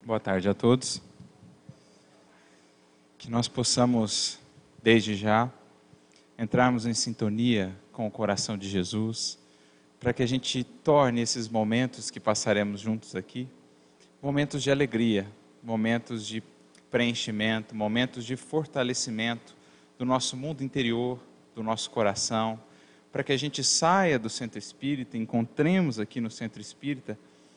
Boa tarde a todos. Que nós possamos, desde já, entrarmos em sintonia com o coração de Jesus, para que a gente torne esses momentos que passaremos juntos aqui, momentos de alegria, momentos de preenchimento, momentos de fortalecimento do nosso mundo interior, do nosso coração, para que a gente saia do Centro Espírita, encontremos aqui no Centro Espírita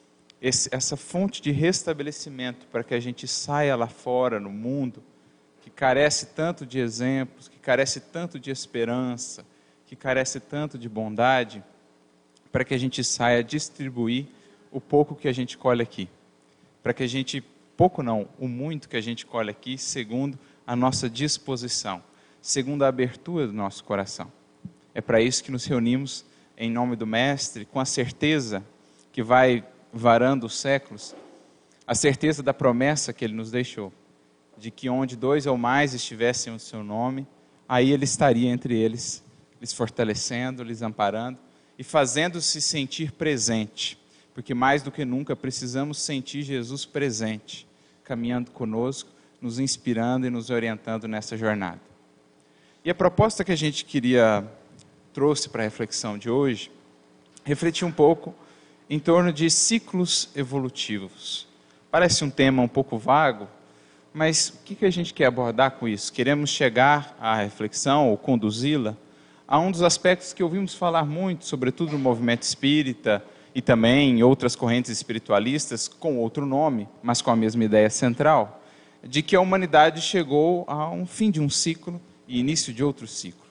essa fonte de restabelecimento, para que a gente saia lá fora, no mundo, que carece tanto de exemplos, que carece tanto de esperança, que carece tanto de bondade, para que a gente saia a distribuir o pouco que a gente colhe aqui. Para que a gente, pouco não, o muito que a gente colhe aqui, segundo a nossa disposição, segundo a abertura do nosso coração. É para isso que nos reunimos em nome do Mestre, com a certeza que vai varando os séculos, a certeza da promessa que Ele nos deixou, de que onde 2 ou mais estivessem o seu nome, aí Ele estaria entre eles, lhes fortalecendo, lhes amparando e fazendo-se sentir presente, porque mais do que nunca precisamos sentir Jesus presente, caminhando conosco, nos inspirando e nos orientando nessa jornada. E a proposta que a gente trouxe para a reflexão de hoje, refletir um pouco em torno de ciclos evolutivos. Parece um tema um pouco vago, mas o que a gente quer abordar com isso? Queremos chegar à reflexão, ou conduzi-la, a um dos aspectos que ouvimos falar muito, sobretudo no movimento espírita, e também em outras correntes espiritualistas, com outro nome, mas com a mesma ideia central, de que a humanidade chegou a um fim de um ciclo e início de outro ciclo.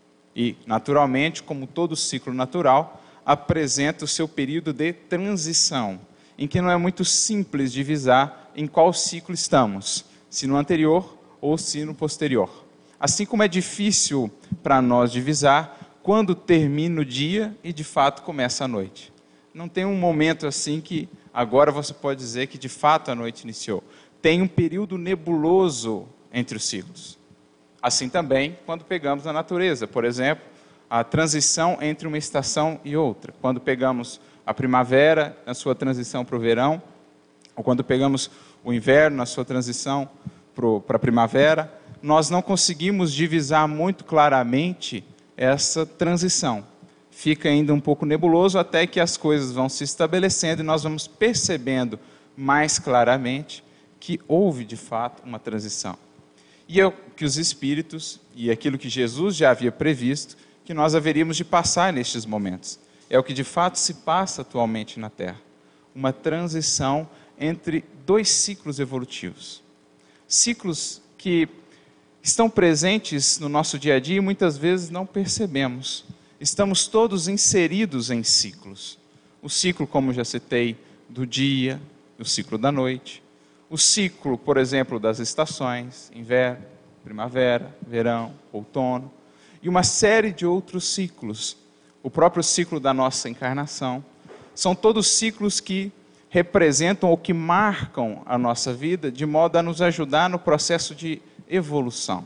E, naturalmente, como todo ciclo natural, apresenta o seu período de transição, em que não é muito simples divisar em qual ciclo estamos, se no anterior ou se no posterior. Assim como é difícil para nós divisar quando termina o dia e de fato começa a noite. Não tem um momento assim que agora você pode dizer que de fato a noite iniciou. Tem um período nebuloso entre os ciclos. Assim também quando pegamos a natureza, por exemplo, a transição entre uma estação e outra. Quando pegamos a primavera na sua transição para o verão, ou quando pegamos o inverno na sua transição para a primavera, nós não conseguimos divisar muito claramente essa transição. Fica ainda um pouco nebuloso até que as coisas vão se estabelecendo e nós vamos percebendo mais claramente que houve de fato uma transição. E é o que os Espíritos, e aquilo que Jesus já havia previsto, que nós haveríamos de passar nestes momentos. É o que de fato se passa atualmente na Terra. Uma transição entre 2 ciclos evolutivos. Ciclos que estão presentes no nosso dia a dia e muitas vezes não percebemos. Estamos todos inseridos em ciclos. O ciclo, como já citei, do dia, o ciclo da noite. O ciclo, por exemplo, das estações, inverno, primavera, verão, outono. E uma série de outros ciclos. O próprio ciclo da nossa encarnação. São todos ciclos que representam ou que marcam a nossa vida de modo a nos ajudar no processo de evolução.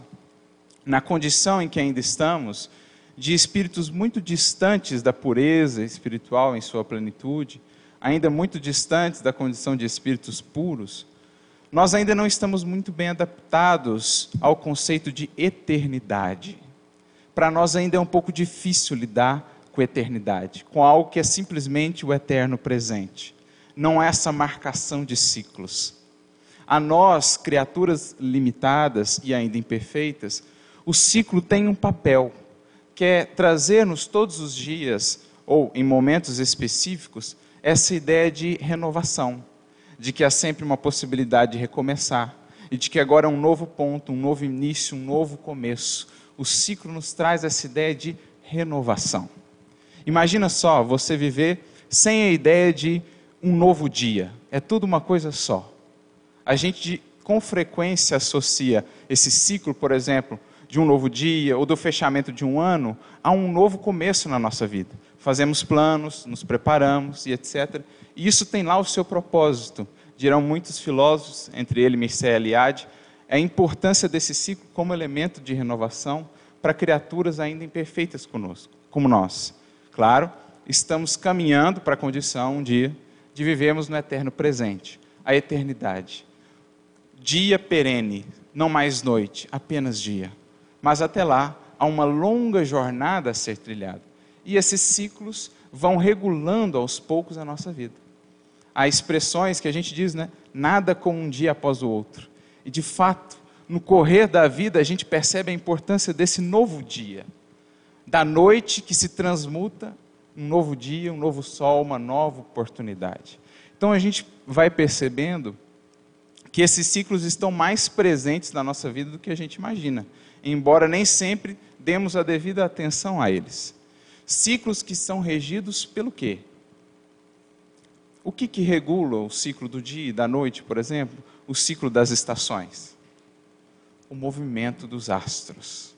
Na condição em que ainda estamos, de espíritos muito distantes da pureza espiritual em sua plenitude, ainda muito distantes da condição de espíritos puros, nós ainda não estamos muito bem adaptados ao conceito de eternidade. Para nós ainda é um pouco difícil lidar com a eternidade, com algo que é simplesmente o eterno presente. Não é essa marcação de ciclos. A nós, criaturas limitadas e ainda imperfeitas, o ciclo tem um papel, que é trazer-nos todos os dias, ou em momentos específicos, essa ideia de renovação, de que há sempre uma possibilidade de recomeçar, e de que agora é um novo ponto, um novo início, um novo começo. O ciclo nos traz essa ideia de renovação. Imagina só, você viver sem a ideia de um novo dia. É tudo uma coisa só. A gente com frequência associa esse ciclo, por exemplo, de um novo dia ou do fechamento de um ano a um novo começo na nossa vida. Fazemos planos, nos preparamos e etc. E isso tem lá o seu propósito. Dirão muitos filósofos, entre eles Mircea Eliade, a importância desse ciclo como elemento de renovação para criaturas ainda imperfeitas conosco, como nós. Claro, estamos caminhando para a condição um dia de vivermos no eterno presente. a eternidade. Dia perene, não mais noite, apenas dia. Mas até lá, há uma longa jornada a ser trilhada. E esses ciclos vão regulando aos poucos a nossa vida. Há expressões que a gente diz, né? Nada como um dia após o outro. E de fato, no correr da vida, a gente percebe a importância desse novo dia. Da noite que se transmuta, um novo dia, um novo sol, uma nova oportunidade. Então a gente vai percebendo que esses ciclos estão mais presentes na nossa vida do que a gente imagina, embora nem sempre demos a devida atenção a eles. Ciclos que são regidos pelo quê? O que regula o ciclo do dia e da noite, por exemplo? O ciclo das estações? O movimento dos astros.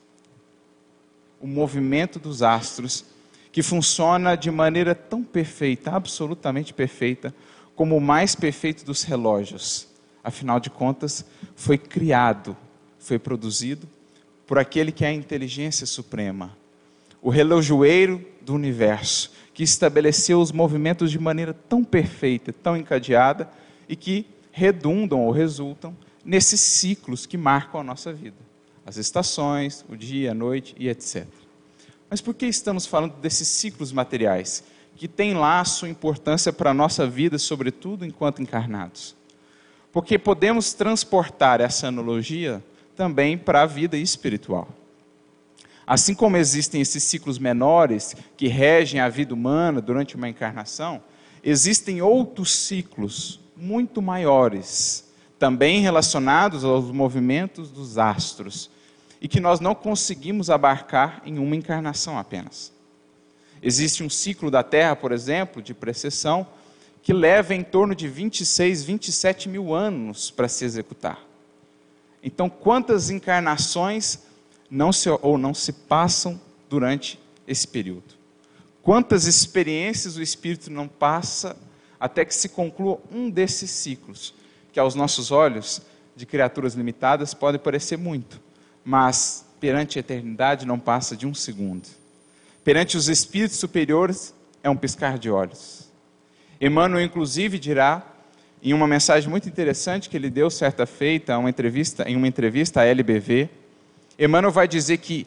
O movimento dos astros que funciona de maneira tão perfeita, absolutamente perfeita, como o mais perfeito dos relógios. Afinal de contas, foi criado, foi produzido por aquele que é a inteligência suprema, o relojoeiro do universo, que estabeleceu os movimentos de maneira tão perfeita, tão encadeada, e que redundam ou resultam nesses ciclos que marcam a nossa vida. As estações, o dia, a noite e etc. Mas por que estamos falando desses ciclos materiais, que têm lá a sua importância para a nossa vida, sobretudo enquanto encarnados? Porque podemos transportar essa analogia também para a vida espiritual. Assim como existem esses ciclos menores que regem a vida humana durante uma encarnação, existem outros ciclos muito maiores, também relacionados aos movimentos dos astros, e que nós não conseguimos abarcar em uma encarnação apenas. Existe um ciclo da Terra, por exemplo, de precessão, que leva em torno de 26, 27 mil anos para se executar. Então, quantas encarnações não se passam durante esse período? Quantas experiências o Espírito não passa até que se conclua um desses ciclos, que aos nossos olhos, de criaturas limitadas, pode parecer muito, mas perante a eternidade não passa de um segundo. Perante os espíritos superiores, é um piscar de olhos. Emmanuel, inclusive, dirá, em uma mensagem muito interessante que ele deu certa feita, em uma entrevista à LBV, Emmanuel vai dizer que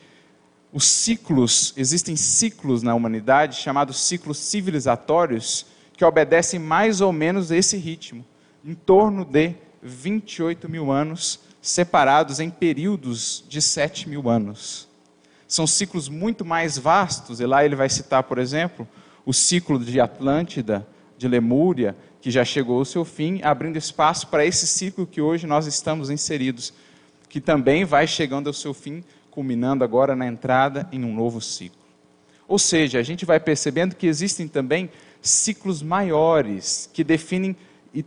existem ciclos na humanidade, chamados ciclos civilizatórios, que obedecem mais ou menos a esse ritmo, em torno de 28 mil anos, separados em períodos de 7 mil anos. São ciclos muito mais vastos, e lá ele vai citar, por exemplo, o ciclo de Atlântida, de Lemúria, que já chegou ao seu fim, abrindo espaço para esse ciclo que hoje nós estamos inseridos, que também vai chegando ao seu fim, culminando agora na entrada em um novo ciclo. Ou seja, a gente vai percebendo que existem também ciclos maiores, que definem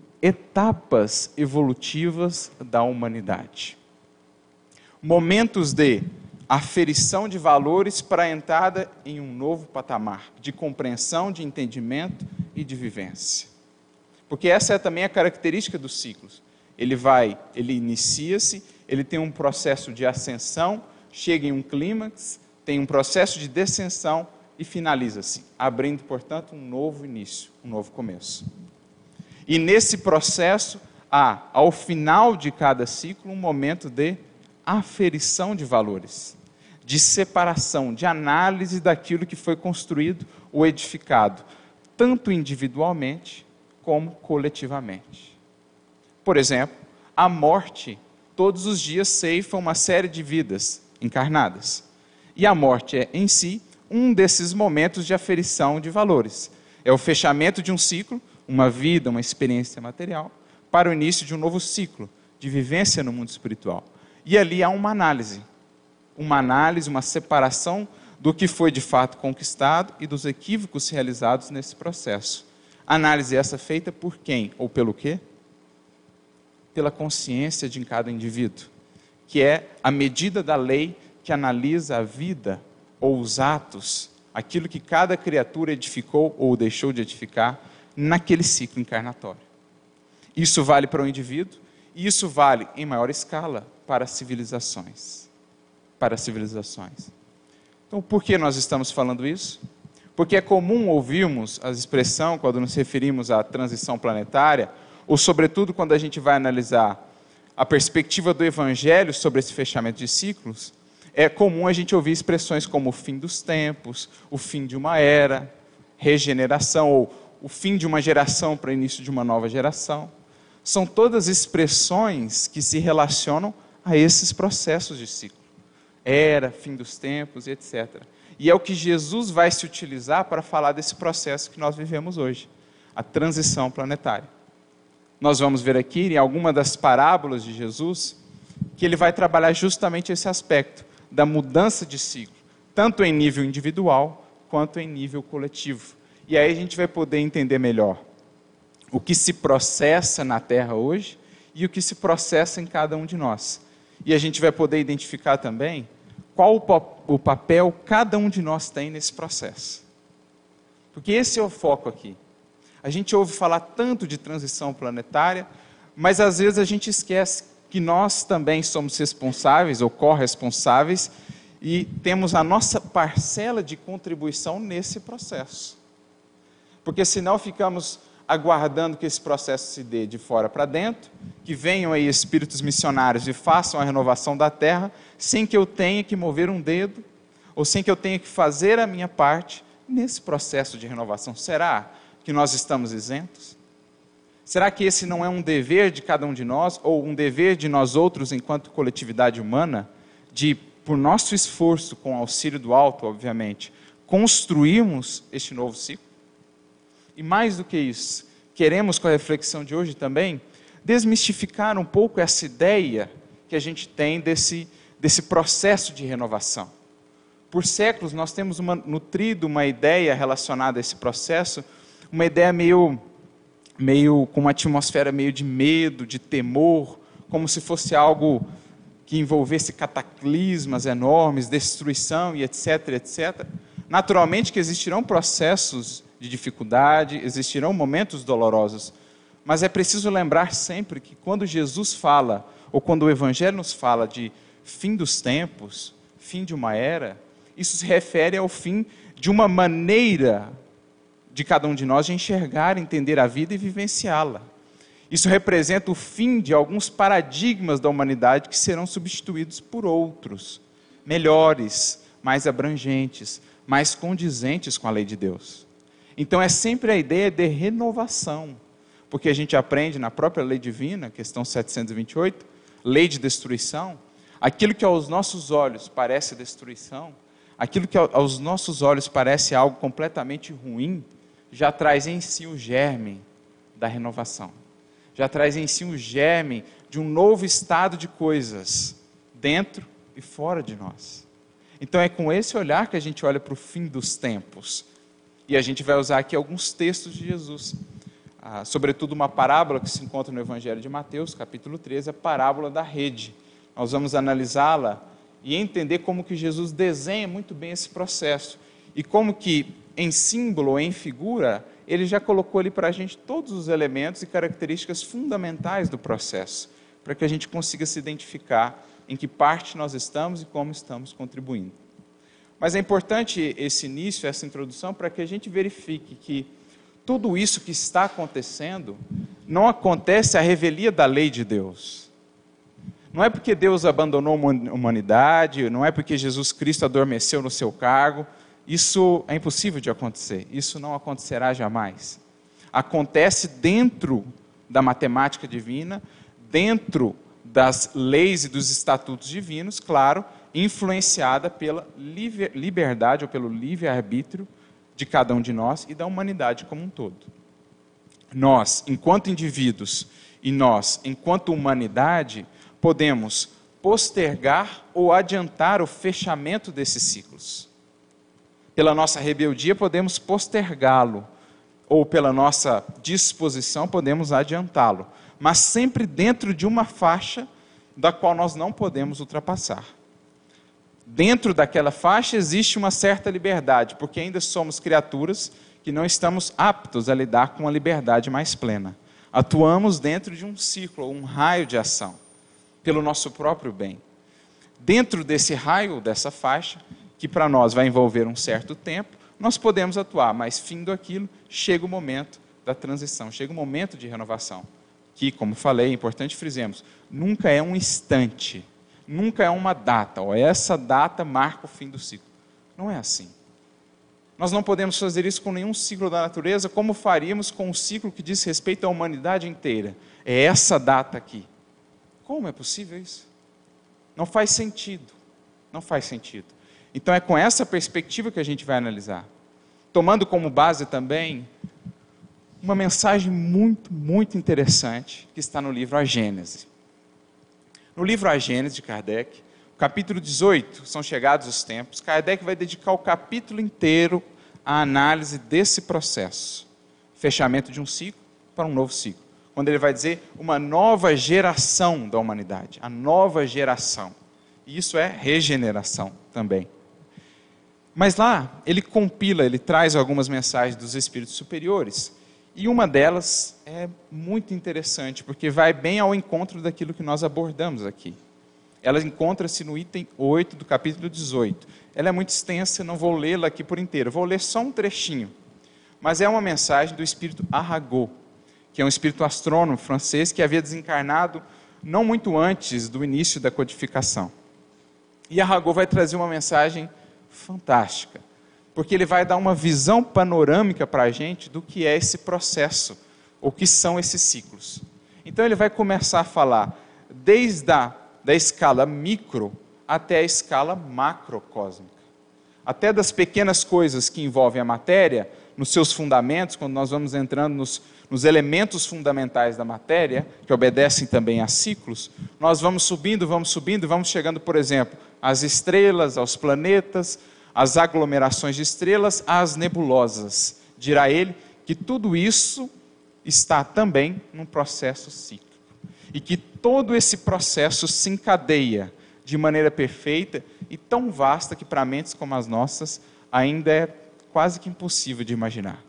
etapas evolutivas da humanidade. Momentos de aferição de valores para a entrada em um novo patamar, de compreensão, de entendimento e de vivência. Porque essa é também a característica dos ciclos. Ele inicia-se, ele tem um processo de ascensão, chega em um clímax, tem um processo de descensão e finaliza-se, abrindo, portanto, um novo início, um novo começo. E nesse processo, há, ao final de cada ciclo, um momento de aferição de valores, de separação, de análise daquilo que foi construído ou edificado, tanto individualmente como coletivamente. Por exemplo, a morte, todos os dias ceifa uma série de vidas encarnadas. E a morte é, em si, um desses momentos de aferição de valores. É o fechamento de um ciclo, uma vida, uma experiência material, para o início de um novo ciclo de vivência no mundo espiritual. E ali há uma análise, uma separação do que foi de fato conquistado e dos equívocos realizados nesse processo. Análise essa feita por quem ou pelo quê? Pela consciência de cada indivíduo, que é a medida da lei que analisa a vida ou os atos, aquilo que cada criatura edificou ou deixou de edificar naquele ciclo encarnatório. Isso vale para o indivíduo e isso vale em maior escala para as civilizações. Então, por que nós estamos falando isso? Porque é comum ouvirmos a expressão, quando nos referimos à transição planetária, ou sobretudo quando a gente vai analisar a perspectiva do Evangelho sobre esse fechamento de ciclos, é comum a gente ouvir expressões como o fim dos tempos, o fim de uma era, regeneração, ou o fim de uma geração para o início de uma nova geração. São todas expressões que se relacionam a esses processos de ciclo. Era, fim dos tempos, etc. E é o que Jesus vai se utilizar para falar desse processo que nós vivemos hoje, a transição planetária. Nós vamos ver aqui, em alguma das parábolas de Jesus, que ele vai trabalhar justamente esse aspecto da mudança de ciclo, tanto em nível individual, quanto em nível coletivo. E aí a gente vai poder entender melhor o que se processa na Terra hoje e o que se processa em cada um de nós. E a gente vai poder identificar também qual o papel cada um de nós tem nesse processo. Porque esse é o foco aqui. A gente ouve falar tanto de transição planetária, mas às vezes a gente esquece que nós também somos responsáveis ou corresponsáveis e temos a nossa parcela de contribuição nesse processo. Porque senão ficamos aguardando que esse processo se dê de fora para dentro, que venham aí espíritos missionários e façam a renovação da terra, sem que eu tenha que mover um dedo, ou sem que eu tenha que fazer a minha parte nesse processo de renovação. Será que nós estamos isentos? Será que esse não é um dever de cada um de nós, ou um dever de nós outros enquanto coletividade humana, de, por nosso esforço, com o auxílio do alto, obviamente, construirmos este novo ciclo? E mais do que isso, queremos com a reflexão de hoje também, desmistificar um pouco essa ideia que a gente tem desse processo de renovação. Por séculos nós temos nutrido uma ideia relacionada a esse processo, uma ideia meio com uma atmosfera meio de medo, de temor, como se fosse algo que envolvesse cataclismas enormes, destruição e etc, etc. Naturalmente que existirão processos de dificuldade, existirão momentos dolorosos, mas é preciso lembrar sempre que quando Jesus fala, ou quando o Evangelho nos fala de fim dos tempos, fim de uma era, isso se refere ao fim de uma maneira de cada um de nós de enxergar, entender a vida e vivenciá-la. Isso representa o fim de alguns paradigmas da humanidade que serão substituídos por outros, melhores, mais abrangentes, mais condizentes com a lei de Deus. Então é sempre a ideia de renovação, porque a gente aprende na própria lei divina, questão 728, lei de destruição, aquilo que aos nossos olhos parece destruição, aquilo que aos nossos olhos parece algo completamente ruim, já traz em si o germe da renovação, já traz em si o germe de um novo estado de coisas, dentro e fora de nós. Então é com esse olhar que a gente olha para o fim dos tempos. E a gente vai usar aqui alguns textos de Jesus, sobretudo uma parábola que se encontra no Evangelho de Mateus, capítulo 13, a parábola da rede. Nós vamos analisá-la e entender como que Jesus desenha muito bem esse processo, e como que, em símbolo ou em figura, ele já colocou ali para a gente todos os elementos e características fundamentais do processo, para que a gente consiga se identificar em que parte nós estamos e como estamos contribuindo. Mas é importante esse início, essa introdução, para que a gente verifique que tudo isso que está acontecendo não acontece à revelia da lei de Deus. Não é porque Deus abandonou a humanidade, não é porque Jesus Cristo adormeceu no seu cargo. Isso é impossível de acontecer, isso não acontecerá jamais. Acontece dentro da matemática divina, dentro das leis e dos estatutos divinos, claro, influenciada pela liberdade ou pelo livre-arbítrio de cada um de nós e da humanidade como um todo. Nós, enquanto indivíduos, e nós, enquanto humanidade, podemos postergar ou adiantar o fechamento desses ciclos. Pela nossa rebeldia, podemos postergá-lo, ou pela nossa disposição, podemos adiantá-lo, mas sempre dentro de uma faixa da qual nós não podemos ultrapassar. Dentro daquela faixa existe uma certa liberdade, porque ainda somos criaturas que não estamos aptos a lidar com a liberdade mais plena. Atuamos dentro de um ciclo, um raio de ação, pelo nosso próprio bem. Dentro desse raio, dessa faixa, que para nós vai envolver um certo tempo, nós podemos atuar, mas findo aquilo, chega o momento da transição, chega o momento de renovação. que, como falei, é importante frisemos, nunca é um instante, nunca é uma data, essa data marca o fim do ciclo. Não é assim. Nós não podemos fazer isso com nenhum ciclo da natureza, como faríamos com um ciclo que diz respeito à humanidade inteira. É essa data aqui. Como é possível isso? Não faz sentido. Não faz sentido. Então é com essa perspectiva que a gente vai analisar. Tomando como base também uma mensagem muito, muito interessante que está no livro A Gênese. No livro A Gênese de Kardec, capítulo 18, são chegados os tempos, Kardec vai dedicar o capítulo inteiro à análise desse processo. Fechamento de um ciclo para um novo ciclo. Quando ele vai dizer uma nova geração da humanidade. A nova geração. E isso é regeneração também. Mas lá, ele compila, ele traz algumas mensagens dos espíritos superiores. E uma delas é muito interessante, porque vai bem ao encontro daquilo que nós abordamos aqui. Ela encontra-se no item 8 do capítulo 18. Ela é muito extensa, não vou lê-la aqui por inteiro. Vou ler só um trechinho. Mas é uma mensagem do espírito Arago, que é um espírito astrônomo francês que havia desencarnado não muito antes do início da codificação. E Arago vai trazer uma mensagem fantástica, porque ele vai dar uma visão panorâmica para a gente do que é esse processo, o que são esses ciclos. Então ele vai começar a falar desde da escala micro até a escala macrocósmica. Até das pequenas coisas que envolvem a matéria, nos seus fundamentos, quando nós vamos entrando nos elementos fundamentais da matéria, que obedecem também a ciclos, nós vamos subindo, vamos chegando, por exemplo, às estrelas, aos planetas, às aglomerações de estrelas, às nebulosas. Dirá ele que tudo isso está também num processo cíclico. E que todo esse processo se encadeia de maneira perfeita e tão vasta que para mentes como as nossas ainda é quase que impossível de imaginar.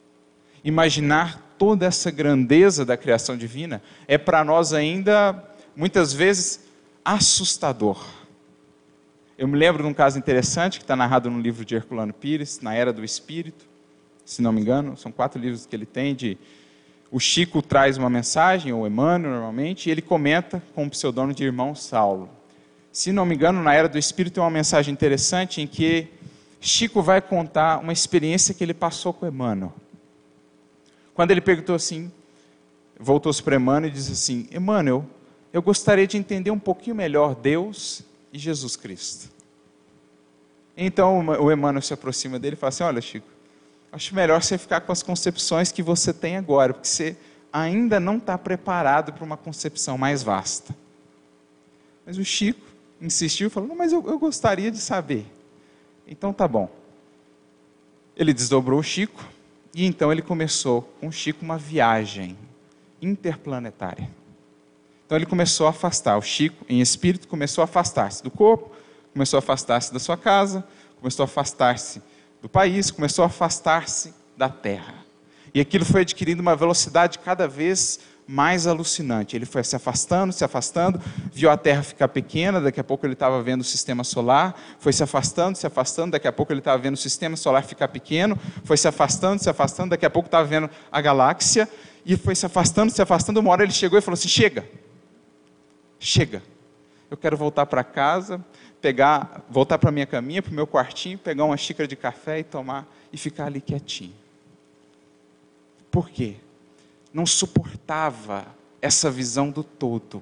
Imaginar toda essa grandeza da criação divina é para nós ainda, muitas vezes, assustador. Eu me lembro de um caso interessante que está narrado no livro de Herculano Pires, Na Era do Espírito, se não me engano, são 4 livros que ele tem. O Chico traz uma mensagem, ou Emmanuel normalmente, e ele comenta com o pseudônimo de Irmão Saulo. Se não me engano, Na Era do Espírito é uma mensagem interessante em que Chico vai contar uma experiência que ele passou com Emmanuel. Quando ele perguntou assim, voltou-se para Emmanuel e disse assim: Emmanuel, eu gostaria de entender um pouquinho melhor Deus e Jesus Cristo. Então o Emmanuel se aproxima dele e fala assim: olha, Chico, acho melhor você ficar com as concepções que você tem agora, porque você ainda não está preparado para uma concepção mais vasta. Mas o Chico insistiu e falou: não, mas eu gostaria de saber. Então tá bom. Ele desdobrou o Chico e então ele começou com o Chico uma viagem interplanetária. Então ele começou a afastar, o Chico em espírito começou a afastar-se do corpo, começou a afastar-se da sua casa, começou a afastar-se do país, começou a afastar-se da terra. E aquilo foi adquirindo uma velocidade cada vez mais alucinante. Ele foi se afastando, viu a Terra ficar pequena, daqui a pouco ele estava vendo o sistema solar, foi se afastando, daqui a pouco ele estava vendo o sistema solar ficar pequeno, foi se afastando, daqui a pouco estava vendo a galáxia, e foi se afastando, uma hora ele chegou e falou assim: chega, eu quero voltar para casa, voltar para a minha caminha, para o meu quartinho, pegar uma xícara de café e tomar, e ficar ali quietinho. Por quê? Não suportava essa visão do todo.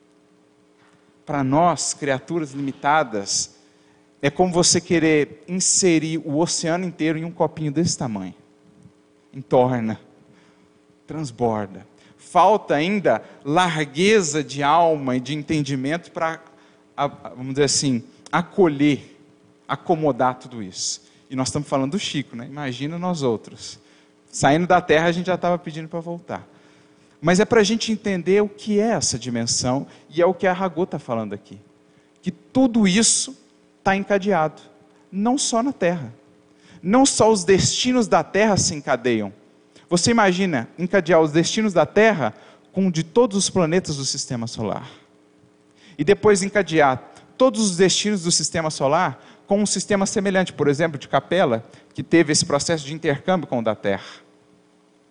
Para nós, criaturas limitadas, é como você querer inserir o oceano inteiro em um copinho desse tamanho. Entorna, transborda. Falta ainda largueza de alma e de entendimento para, vamos dizer assim, acolher, acomodar tudo isso. E nós estamos falando do Chico, né? Imagina nós outros. Saindo da Terra, a gente já estava pedindo para voltar. Mas é para a gente entender o que é essa dimensão, e é o que a Arago está falando aqui. Que tudo isso está encadeado, não só na Terra. Não só os destinos da Terra se encadeiam. Você imagina encadear os destinos da Terra com o de todos os planetas do Sistema Solar. E depois encadear todos os destinos do Sistema Solar com um sistema semelhante, por exemplo, de Capela, que teve esse processo de intercâmbio com o da Terra.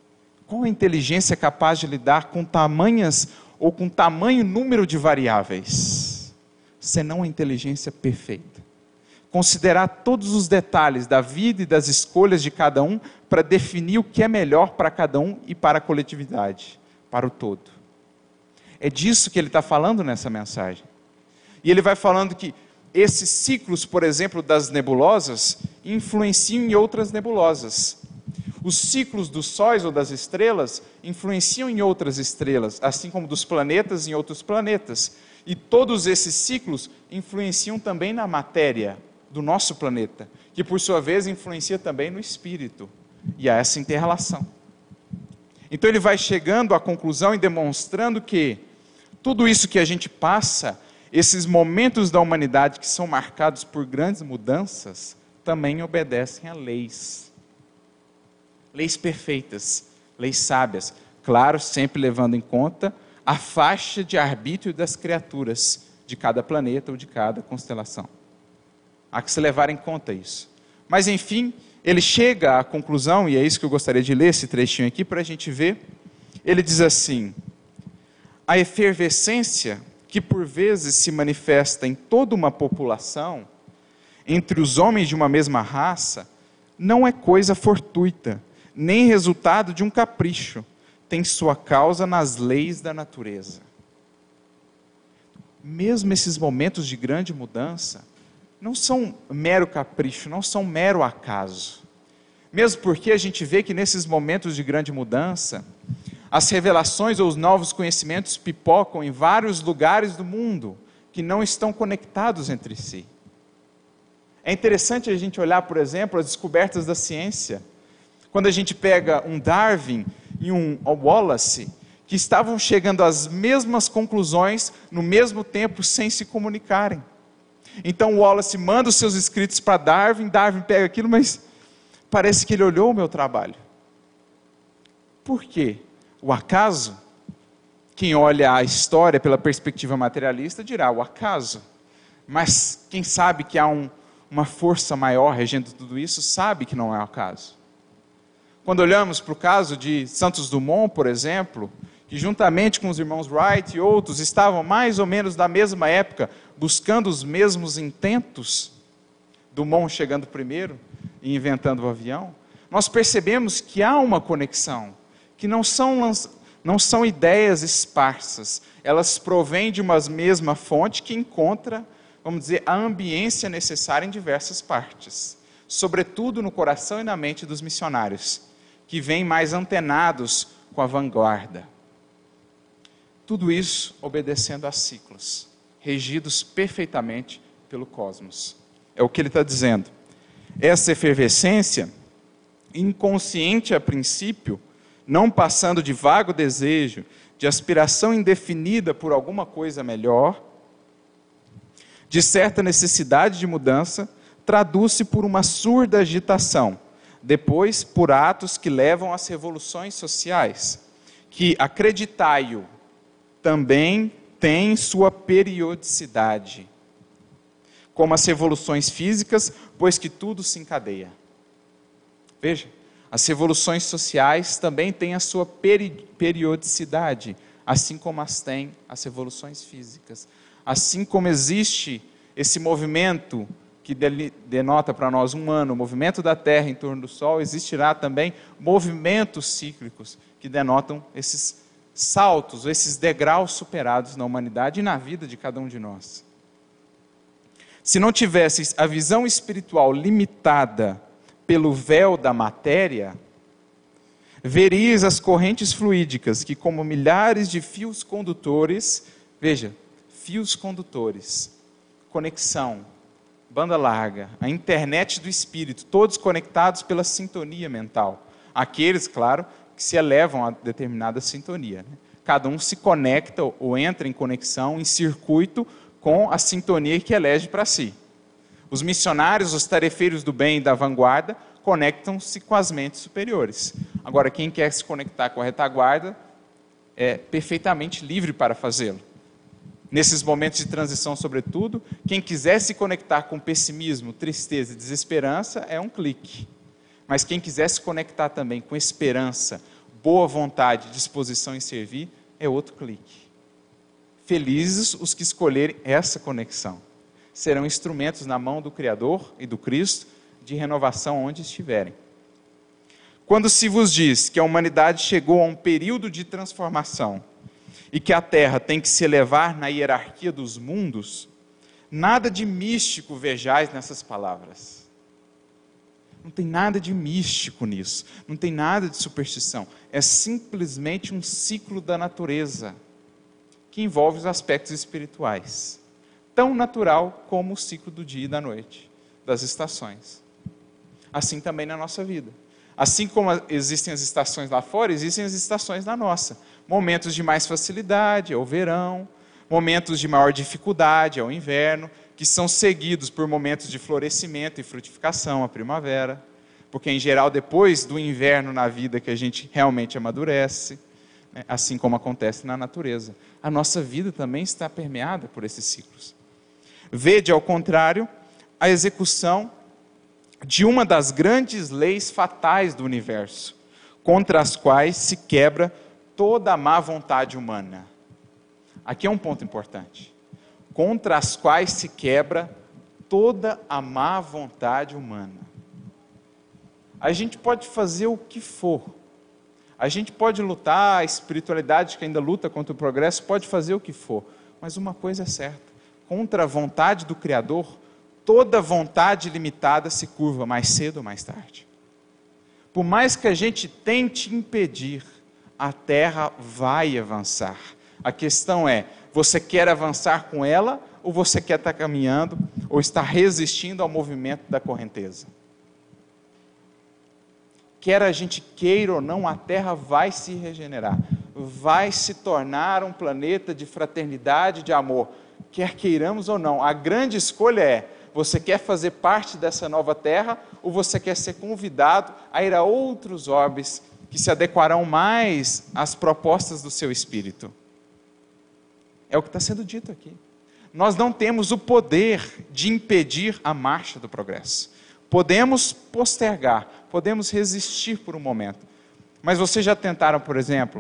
Qual a inteligência capaz de lidar com tamanhas ou com tamanho número de variáveis? Senão a inteligência perfeita. Considerar todos os detalhes da vida e das escolhas de cada um para definir o que é melhor para cada um e para a coletividade, para o todo. É disso que ele está falando nessa mensagem. E ele vai falando que esses ciclos, por exemplo, das nebulosas, influenciam em outras nebulosas. Os ciclos dos sóis ou das estrelas influenciam em outras estrelas, assim como dos planetas em outros planetas. E todos esses ciclos influenciam também na matéria do nosso planeta, que por sua vez influencia também no espírito. E há essa inter-relação. Então ele vai chegando à conclusão e demonstrando que tudo isso que a gente passa, esses momentos da humanidade que são marcados por grandes mudanças, também obedecem a leis. Leis perfeitas, leis sábias. Claro, sempre levando em conta a faixa de arbítrio das criaturas, de cada planeta ou de cada constelação. Há que se levar em conta isso. Mas enfim, ele chega à conclusão, e é isso que eu gostaria de ler, esse trechinho aqui, para a gente ver. Ele diz assim: a efervescência que por vezes se manifesta em toda uma população, entre os homens de uma mesma raça, não é coisa fortuita, nem resultado de um capricho, tem sua causa nas leis da natureza. Mesmo esses momentos de grande mudança, não são mero capricho, não são mero acaso. Mesmo porque a gente vê que nesses momentos de grande mudança, as revelações ou os novos conhecimentos pipocam em vários lugares do mundo que não estão conectados entre si. É interessante a gente olhar, por exemplo, as descobertas da ciência. Quando a gente pega um Darwin e um Wallace, que estavam chegando às mesmas conclusões no mesmo tempo sem se comunicarem. Então Wallace manda os seus escritos para Darwin, Darwin pega aquilo, mas parece que ele olhou o meu trabalho. Por quê? O acaso? Quem olha a história pela perspectiva materialista dirá o acaso. Mas quem sabe que há uma força maior regendo tudo isso, sabe que não é o acaso. Quando olhamos para o caso de Santos Dumont, por exemplo, que juntamente com os irmãos Wright e outros estavam mais ou menos da mesma época, buscando os mesmos intentos, Dumont chegando primeiro e inventando o avião, nós percebemos que há uma conexão, que não são ideias esparsas, elas provêm de uma mesma fonte que encontra, vamos dizer, a ambiência necessária em diversas partes, sobretudo no coração e na mente dos missionários, que vêm mais antenados com a vanguarda. Tudo isso obedecendo a ciclos, regidos perfeitamente pelo cosmos. É o que ele está dizendo. Essa efervescência, inconsciente a princípio, não passando de vago desejo, de aspiração indefinida por alguma coisa melhor, de certa necessidade de mudança, traduz-se por uma surda agitação, depois por atos que levam às revoluções sociais, que, acreditai-o, também tem sua periodicidade, como as revoluções físicas, pois que tudo se encadeia. Veja, as revoluções sociais também têm a sua periodicidade, assim como as têm as revoluções físicas. Assim como existe esse movimento que denota para nós um ano, o movimento da Terra em torno do Sol, existirá também movimentos cíclicos que denotam esses saltos, esses degraus superados na humanidade e na vida de cada um de nós. Se não tivesses a visão espiritual limitada pelo véu da matéria, verias as correntes fluídicas que, como milhares de fios condutores, veja, fios condutores, conexão, banda larga, a internet do espírito, todos conectados pela sintonia mental. Aqueles, claro, que se elevam a determinada sintonia. Cada um se conecta ou entra em conexão, em circuito, com a sintonia que elege para si. Os missionários, os tarefeiros do bem e da vanguarda, conectam-se com as mentes superiores. Agora, quem quer se conectar com a retaguarda é perfeitamente livre para fazê-lo. Nesses momentos de transição, sobretudo, quem quiser se conectar com pessimismo, tristeza e desesperança, é um clique. Mas quem quiser se conectar também com esperança, boa vontade, disposição em servir, é outro clique. Felizes os que escolherem essa conexão. Serão instrumentos na mão do Criador e do Cristo de renovação onde estiverem. Quando se vos diz que a humanidade chegou a um período de transformação e que a Terra tem que se elevar na hierarquia dos mundos, nada de místico vejais nessas palavras. Não tem nada de místico nisso, não tem nada de superstição. É simplesmente um ciclo da natureza que envolve os aspectos espirituais, tão natural como o ciclo do dia e da noite, das estações. Assim também na nossa vida. Assim como existem as estações lá fora, existem as estações na nossa. Momentos de mais facilidade, é o verão. Momentos de maior dificuldade, é o inverno, que são seguidos por momentos de florescimento e frutificação, a primavera. Porque, em geral, depois do inverno na vida que a gente realmente amadurece, né? Assim como acontece na natureza. A nossa vida também está permeada por esses ciclos. Vede, ao contrário, a execução de uma das grandes leis fatais do universo, contra as quais se quebra toda a má vontade humana. Aqui é um ponto importante. Contra as quais se quebra toda a má vontade humana. A gente pode fazer o que for. A gente pode lutar, a espiritualidade que ainda luta contra o progresso pode fazer o que for. Mas uma coisa é certa. Contra a vontade do Criador, toda vontade limitada se curva mais cedo ou mais tarde. Por mais que a gente tente impedir, a Terra vai avançar. A questão é, você quer avançar com ela, ou você quer estar caminhando, ou estar resistindo ao movimento da correnteza? Quer a gente queira ou não, a Terra vai se regenerar. Vai se tornar um planeta de fraternidade, de amor. Quer queiramos ou não. A grande escolha é, você quer fazer parte dessa nova Terra, ou você quer ser convidado a ir a outros orbes que se adequarão mais às propostas do seu espírito? É o que está sendo dito aqui. Nós não temos o poder de impedir a marcha do progresso. Podemos postergar, podemos resistir por um momento. Mas vocês já tentaram, por exemplo,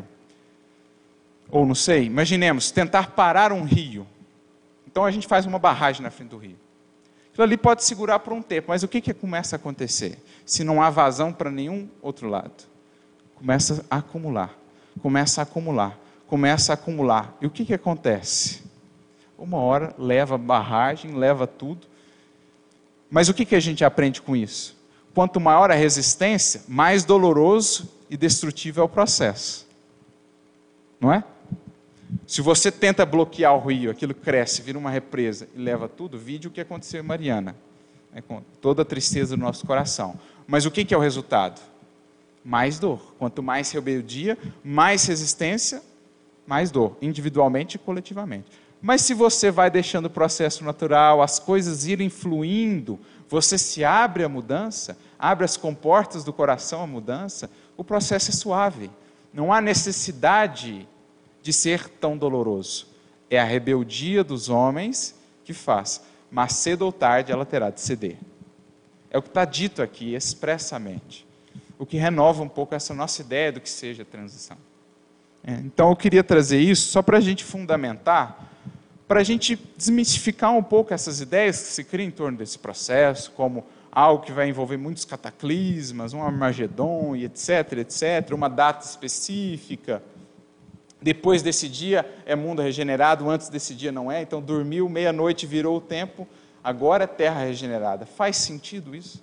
ou não sei, imaginemos, tentar parar um rio. Então a gente faz uma barragem na frente do rio. Aquilo ali pode segurar por um tempo, mas o que começa a acontecer? Se não há vazão para nenhum outro lado. Começa a acumular, começa a acumular, começa a acumular. E o que acontece? Uma hora leva a barragem, leva tudo. Mas o que a gente aprende com isso? Quanto maior a resistência, mais doloroso e destrutivo é o processo. Não é? Se você tenta bloquear o rio, aquilo cresce, vira uma represa e leva tudo, vide o que aconteceu em Mariana. Com toda a tristeza do nosso coração. Mas o que é o resultado? Mais dor. Quanto mais rebeldia, mais resistência, mais dor, individualmente e coletivamente. Mas se você vai deixando o processo natural, as coisas irem fluindo, você se abre à mudança, abre as comportas do coração à mudança, o processo é suave. Não há necessidade de ser tão doloroso. É a rebeldia dos homens que faz, mas cedo ou tarde ela terá de ceder. É o que está dito aqui expressamente. O que renova um pouco essa nossa ideia do que seja a transição. Então eu queria trazer isso só para a gente fundamentar, para a gente desmistificar um pouco essas ideias que se criam em torno desse processo, como algo que vai envolver muitos cataclismas, um Armagedon, e etc, etc, uma data específica. Depois desse dia é mundo regenerado, antes desse dia não é, então dormiu, meia-noite virou o tempo, agora é terra regenerada. Faz sentido isso?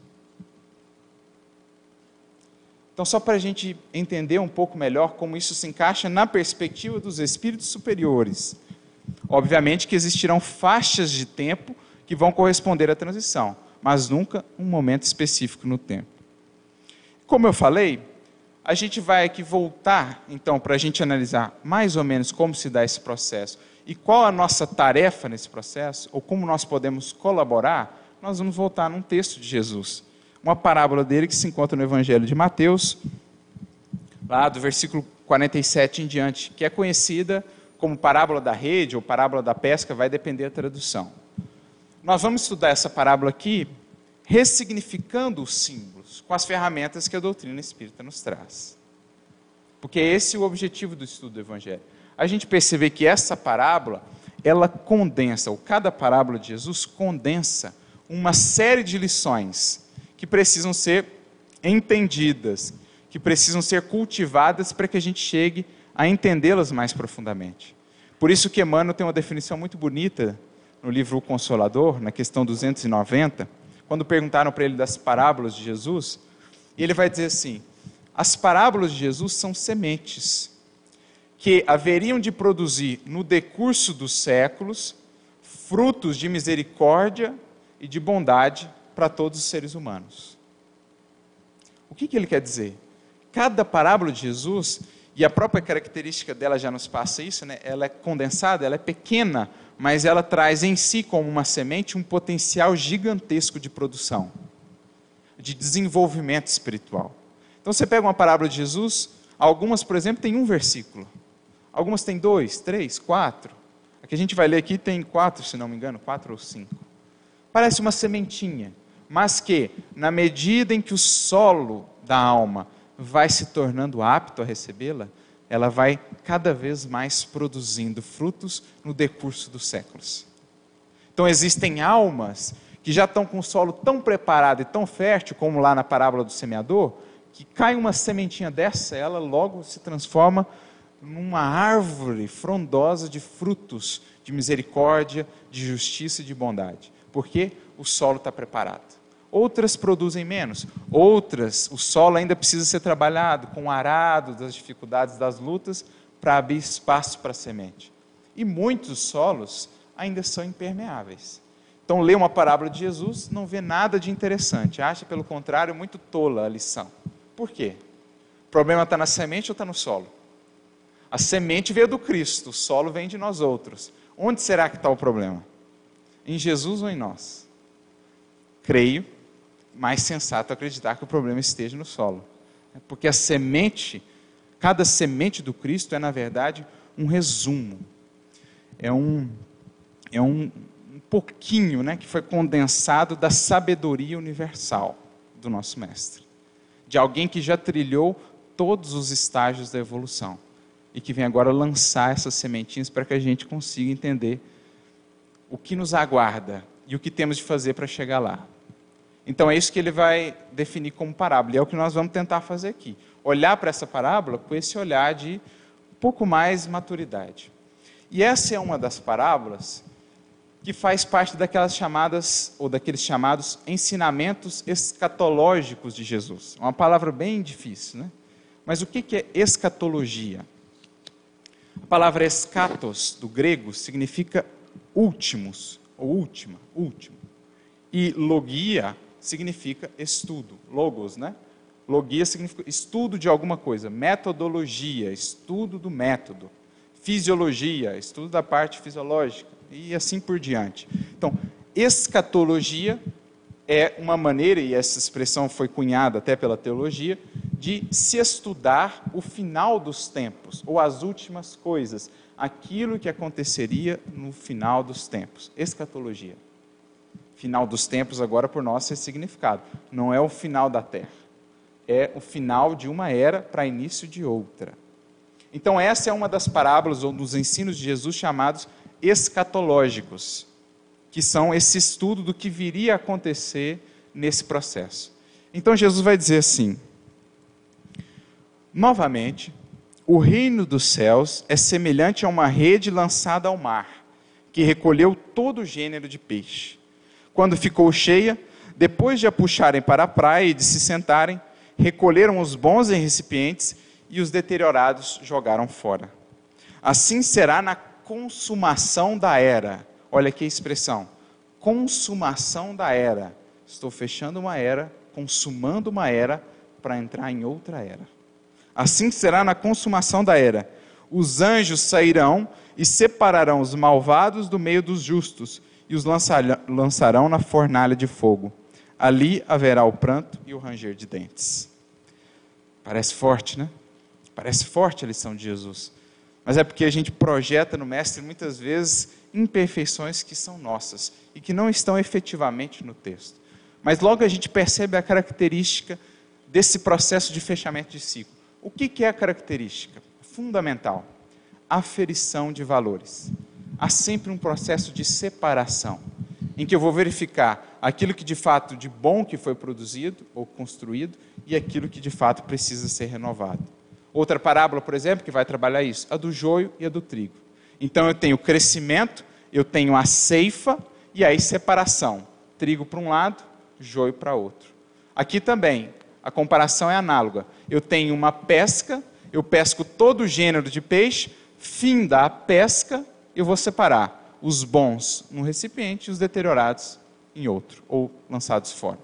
Então, só para a gente entender um pouco melhor como isso se encaixa na perspectiva dos espíritos superiores. Obviamente que existirão faixas de tempo que vão corresponder à transição, mas nunca um momento específico no tempo. Como eu falei, a gente vai aqui voltar, então, para a gente analisar mais ou menos como se dá esse processo e qual a nossa tarefa nesse processo, ou como nós podemos colaborar. Nós vamos voltar num texto de Jesus. Uma parábola dele que se encontra no Evangelho de Mateus, lá do versículo 47 em diante, que é conhecida como parábola da rede ou parábola da pesca, vai depender da tradução. Nós vamos estudar essa parábola aqui, ressignificando os símbolos, com as ferramentas que a doutrina espírita nos traz. porque esse é o objetivo do estudo do Evangelho. A gente perceber que essa parábola, ela condensa, ou cada parábola de Jesus condensa uma série de lições que precisam ser entendidas, que precisam ser cultivadas para que a gente chegue a entendê-las mais profundamente. Por isso que Emmanuel tem uma definição muito bonita no livro O Consolador, na questão 290, quando perguntaram para ele das parábolas de Jesus, e ele vai dizer assim: as parábolas de Jesus são sementes que haveriam de produzir no decurso dos séculos frutos de misericórdia e de bondade para todos os seres humanos. O que ele quer dizer? Cada parábola de Jesus, e a própria característica dela já nos passa isso, né? Ela é condensada, ela é pequena, mas ela traz em si, como uma semente, um potencial gigantesco de produção, de desenvolvimento espiritual. Então você pega uma parábola de Jesus, algumas, por exemplo, tem um versículo, algumas tem 2, 3, 4, a que a gente vai ler aqui tem 4, se não me engano, 4 ou 5. Parece uma sementinha, mas que, na medida em que o solo da alma vai se tornando apto a recebê-la, ela vai cada vez mais produzindo frutos no decurso dos séculos. Então existem almas que já estão com o solo tão preparado e tão fértil, como lá na parábola do semeador, que cai uma sementinha dessa, ela logo se transforma numa árvore frondosa de frutos de misericórdia, de justiça e de bondade. Porque o solo está preparado. Outras produzem menos, outras, o solo ainda precisa ser trabalhado com o arado das dificuldades, das lutas, para abrir espaço para a semente. E muitos solos ainda são impermeáveis. Então, lê uma parábola de Jesus, não vê nada de interessante, acha, pelo contrário, muito tola a lição. Por quê? O problema está na semente ou está no solo? A semente veio do Cristo, o solo vem de nós outros. Onde será que está o problema? Em Jesus ou em nós? Creio mais sensato acreditar que o problema esteja no solo. Porque a semente, cada semente do Cristo é, na verdade, um resumo. É um pouquinho, né, que foi condensado da sabedoria universal do nosso Mestre. De alguém que já trilhou todos os estágios da evolução. E que vem agora lançar essas sementinhas para que a gente consiga entender o que nos aguarda e o que temos de fazer para chegar lá. Então é isso que ele vai definir como parábola, e é o que nós vamos tentar fazer aqui. Olhar para essa parábola com esse olhar de um pouco mais maturidade. E essa é uma das parábolas que faz parte daquelas chamadas, ou daqueles chamados ensinamentos escatológicos de Jesus. É uma palavra bem difícil, né? Mas o que é escatologia? A palavra eschatos, do grego, significa últimos, ou última, último. E logia significa estudo, logos, né? Logia significa estudo de alguma coisa, metodologia, estudo do método, fisiologia, estudo da parte fisiológica, e assim por diante. Então, escatologia é uma maneira, e essa expressão foi cunhada até pela teologia, de se estudar o final dos tempos, ou as últimas coisas, aquilo que aconteceria no final dos tempos, escatologia. Final dos tempos agora por nós é significado. Não é o final da Terra. É o final de uma era para início de outra. Então essa é uma das parábolas ou dos ensinos de Jesus chamados escatológicos, que são esse estudo do que viria a acontecer nesse processo. Então Jesus vai dizer assim: novamente, o reino dos céus é semelhante a uma rede lançada ao mar, que recolheu todo o gênero de peixe. Quando ficou cheia, depois de a puxarem para a praia e de se sentarem, recolheram os bons em recipientes e os deteriorados jogaram fora. Assim será na consumação da era. Olha aqui a expressão, consumação da era. Estou fechando uma era, consumando uma era, para entrar em outra era. Assim será na consumação da era. Os anjos sairão e separarão os malvados do meio dos justos, e os lançarão na fornalha de fogo. Ali haverá o pranto e o ranger de dentes. Parece forte, né? Parece forte a lição de Jesus. Mas é porque a gente projeta no Mestre, muitas vezes, imperfeições que são nossas e que não estão efetivamente no texto. Mas logo a gente percebe a característica desse processo de fechamento de ciclo. O que é a característica fundamental? Aferição de valores. Há sempre um processo de separação, em que eu vou verificar aquilo que de fato de bom que foi produzido ou construído e aquilo que de fato precisa ser renovado. Outra parábola, por exemplo, que vai trabalhar isso, a do joio e a do trigo. Então eu tenho crescimento, eu tenho a ceifa e aí separação. Trigo para um lado, joio para outro. Aqui também, a comparação é análoga. Eu tenho uma pesca, eu pesco todo o gênero de peixe, fim da pesca, eu vou separar os bons num recipiente e os deteriorados em outro, ou lançados fora.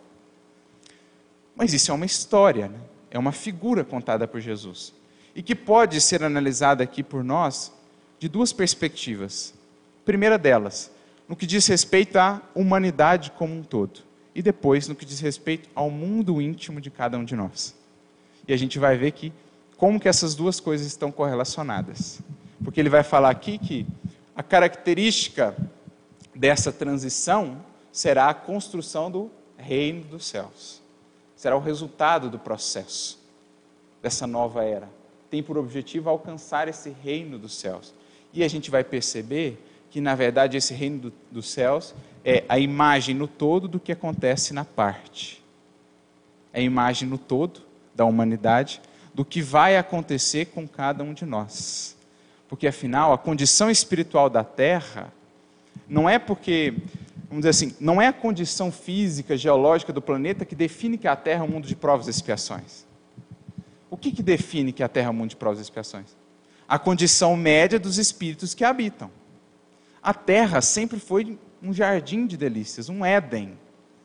Mas isso é uma história, né? É uma figura contada por Jesus. E que pode ser analisada aqui por nós de duas perspectivas. Primeira delas, no que diz respeito à humanidade como um todo. E depois, no que diz respeito ao mundo íntimo de cada um de nós. E a gente vai ver que como que essas duas coisas estão correlacionadas. Porque ele vai falar aqui que a característica dessa transição será a construção do reino dos céus. Será o resultado do processo dessa nova era. Tem por objetivo alcançar esse reino dos céus. E a gente vai perceber que, na verdade, esse reino dos céus é a imagem no todo do que acontece na parte. É a imagem no todo da humanidade do que vai acontecer com cada um de nós. Porque, afinal, a condição espiritual da Terra não é porque, vamos dizer assim, não é a condição física, geológica do planeta que define que a Terra é um mundo de provas e expiações. O que define que a Terra é um mundo de provas e expiações? A condição média dos espíritos que a habitam. A Terra sempre foi um jardim de delícias, um Éden.